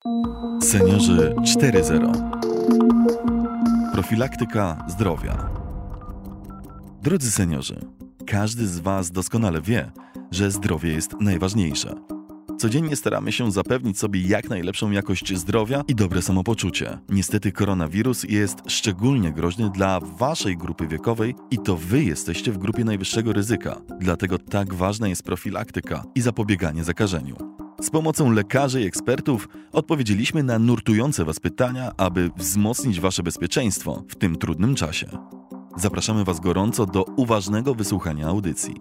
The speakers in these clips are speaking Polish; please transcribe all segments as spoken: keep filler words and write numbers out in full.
Seniorzy cztery zero. Profilaktyka zdrowia. Drodzy seniorzy, każdy z Was doskonale wie, że zdrowie jest najważniejsze. Codziennie staramy się zapewnić sobie jak najlepszą jakość zdrowia i dobre samopoczucie. Niestety koronawirus jest szczególnie groźny dla Waszej grupy wiekowej i to Wy jesteście w grupie najwyższego ryzyka. Dlatego tak ważna jest profilaktyka i zapobieganie zakażeniu. Z pomocą lekarzy i ekspertów odpowiedzieliśmy na nurtujące Was pytania, aby wzmocnić Wasze bezpieczeństwo w tym trudnym czasie. Zapraszamy Was gorąco do uważnego wysłuchania audycji.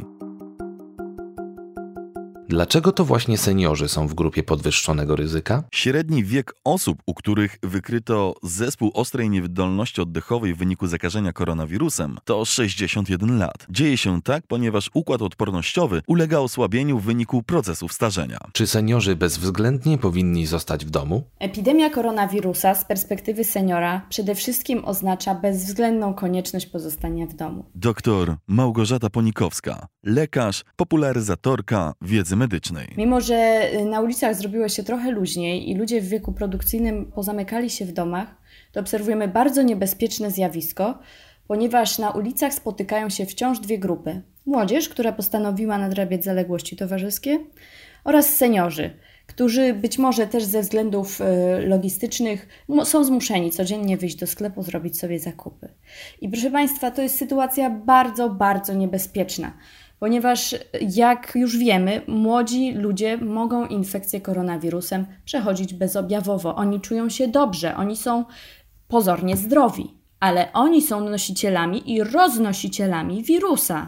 Dlaczego to właśnie seniorzy są w grupie podwyższonego ryzyka? Średni wiek osób, u których wykryto zespół ostrej niewydolności oddechowej w wyniku zakażenia koronawirusem, to sześćdziesiąt jeden lat. Dzieje się tak, ponieważ układ odpornościowy ulega osłabieniu w wyniku procesów starzenia. Czy seniorzy bezwzględnie powinni zostać w domu? Epidemia koronawirusa z perspektywy seniora przede wszystkim oznacza bezwzględną konieczność pozostania w domu. Doktor Małgorzata Ponikowska, lekarz, popularyzatorka wiedzy medycznej. Mimo że na ulicach zrobiło się trochę luźniej i ludzie w wieku produkcyjnym pozamykali się w domach, to obserwujemy bardzo niebezpieczne zjawisko, ponieważ na ulicach spotykają się wciąż dwie grupy. Młodzież, która postanowiła nadrabiać zaległości towarzyskie, oraz seniorzy, którzy być może też ze względów logistycznych są zmuszeni codziennie wyjść do sklepu, zrobić sobie zakupy. I proszę Państwa, to jest sytuacja bardzo, bardzo niebezpieczna. Ponieważ, jak już wiemy, młodzi ludzie mogą infekcję koronawirusem przechodzić bezobjawowo. Oni czują się dobrze, oni są pozornie zdrowi, ale oni są nosicielami i roznosicielami wirusa.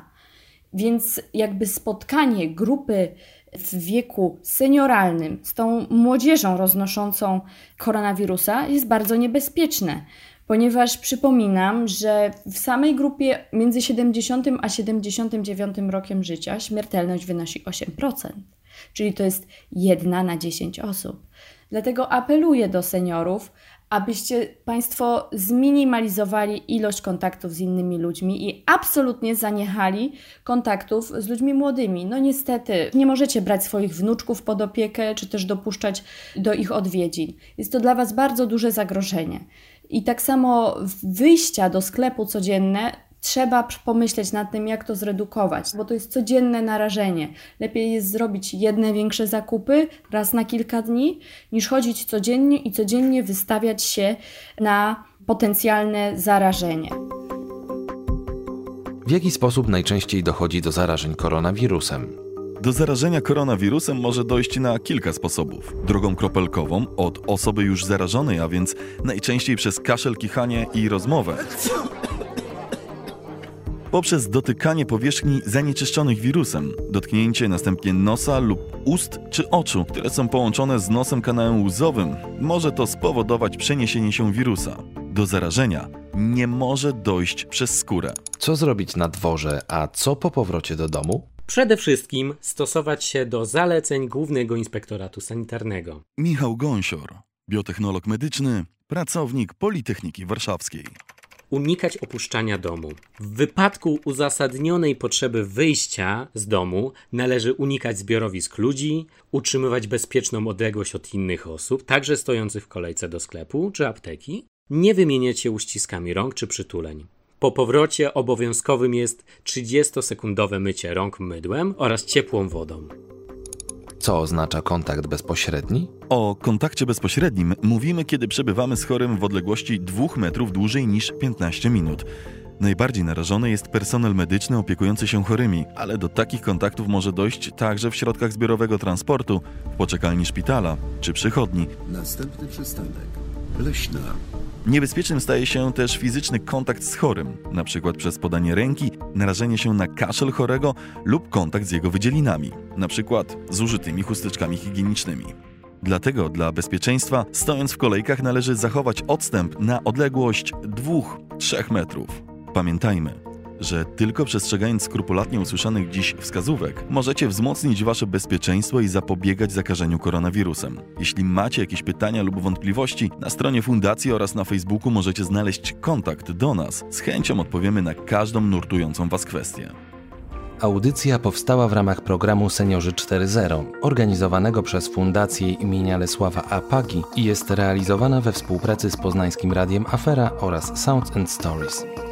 Więc jakby spotkanie grupy w wieku senioralnym z tą młodzieżą roznoszącą koronawirusa jest bardzo niebezpieczne. Ponieważ przypominam, że w samej grupie między siedemdziesiątym a siedemdziesiątym dziewiątym rokiem życia śmiertelność wynosi osiem procent, czyli to jest jedna na dziesięć osób. Dlatego apeluję do seniorów, abyście Państwo zminimalizowali ilość kontaktów z innymi ludźmi i absolutnie zaniechali kontaktów z ludźmi młodymi. No niestety, nie możecie brać swoich wnuczków pod opiekę, czy też dopuszczać do ich odwiedzin. Jest to dla Was bardzo duże zagrożenie. I tak samo wyjścia do sklepu codzienne trzeba pomyśleć nad tym, jak to zredukować, bo to jest codzienne narażenie. Lepiej jest zrobić jedne większe zakupy raz na kilka dni, niż chodzić codziennie i codziennie wystawiać się na potencjalne zarażenie. W jaki sposób najczęściej dochodzi do zarażeń koronawirusem? Do zarażenia koronawirusem może dojść na kilka sposobów. Drogą kropelkową od osoby już zarażonej, a więc najczęściej przez kaszel, kichanie i rozmowę. Poprzez dotykanie powierzchni zanieczyszczonych wirusem, dotknięcie następnie nosa lub ust czy oczu, które są połączone z nosem kanałem łzowym, może to spowodować przeniesienie się wirusa. Do zarażenia nie może dojść przez skórę. Co zrobić na dworze, a co po powrocie do domu? Przede wszystkim stosować się do zaleceń Głównego Inspektoratu Sanitarnego. Michał Gąsior, biotechnolog medyczny, pracownik Politechniki Warszawskiej. Unikać opuszczania domu. W wypadku uzasadnionej potrzeby wyjścia z domu należy unikać zbiorowisk ludzi, utrzymywać bezpieczną odległość od innych osób, także stojących w kolejce do sklepu czy apteki, nie wymieniać się uściskami rąk czy przytuleń. Po powrocie obowiązkowym jest trzydziestosekundowe mycie rąk mydłem oraz ciepłą wodą. Co oznacza kontakt bezpośredni? O kontakcie bezpośrednim mówimy, kiedy przebywamy z chorym w odległości dwóch metrów dłużej niż piętnaście minut. Najbardziej narażony jest personel medyczny opiekujący się chorymi, ale do takich kontaktów może dojść także w środkach zbiorowego transportu, w poczekalni szpitala czy przychodni. Następny przystanek Leśna. Niebezpiecznym staje się też fizyczny kontakt z chorym, np. przez podanie ręki, narażenie się na kaszel chorego lub kontakt z jego wydzielinami, np. z użytymi chusteczkami higienicznymi. Dlatego dla bezpieczeństwa, stojąc w kolejkach, należy zachować odstęp na odległość dwóch do trzech metrów. Pamiętajmy, że tylko przestrzegając skrupulatnie usłyszanych dziś wskazówek, możecie wzmocnić Wasze bezpieczeństwo i zapobiegać zakażeniu koronawirusem. Jeśli macie jakieś pytania lub wątpliwości, na stronie Fundacji oraz na Facebooku możecie znaleźć kontakt do nas. Z chęcią odpowiemy na każdą nurtującą Was kwestię. Audycja powstała w ramach programu Seniorzy cztery zero, organizowanego przez Fundację imienia Lesława Apagi i jest realizowana we współpracy z poznańskim radiem Afera oraz Sounds and Stories.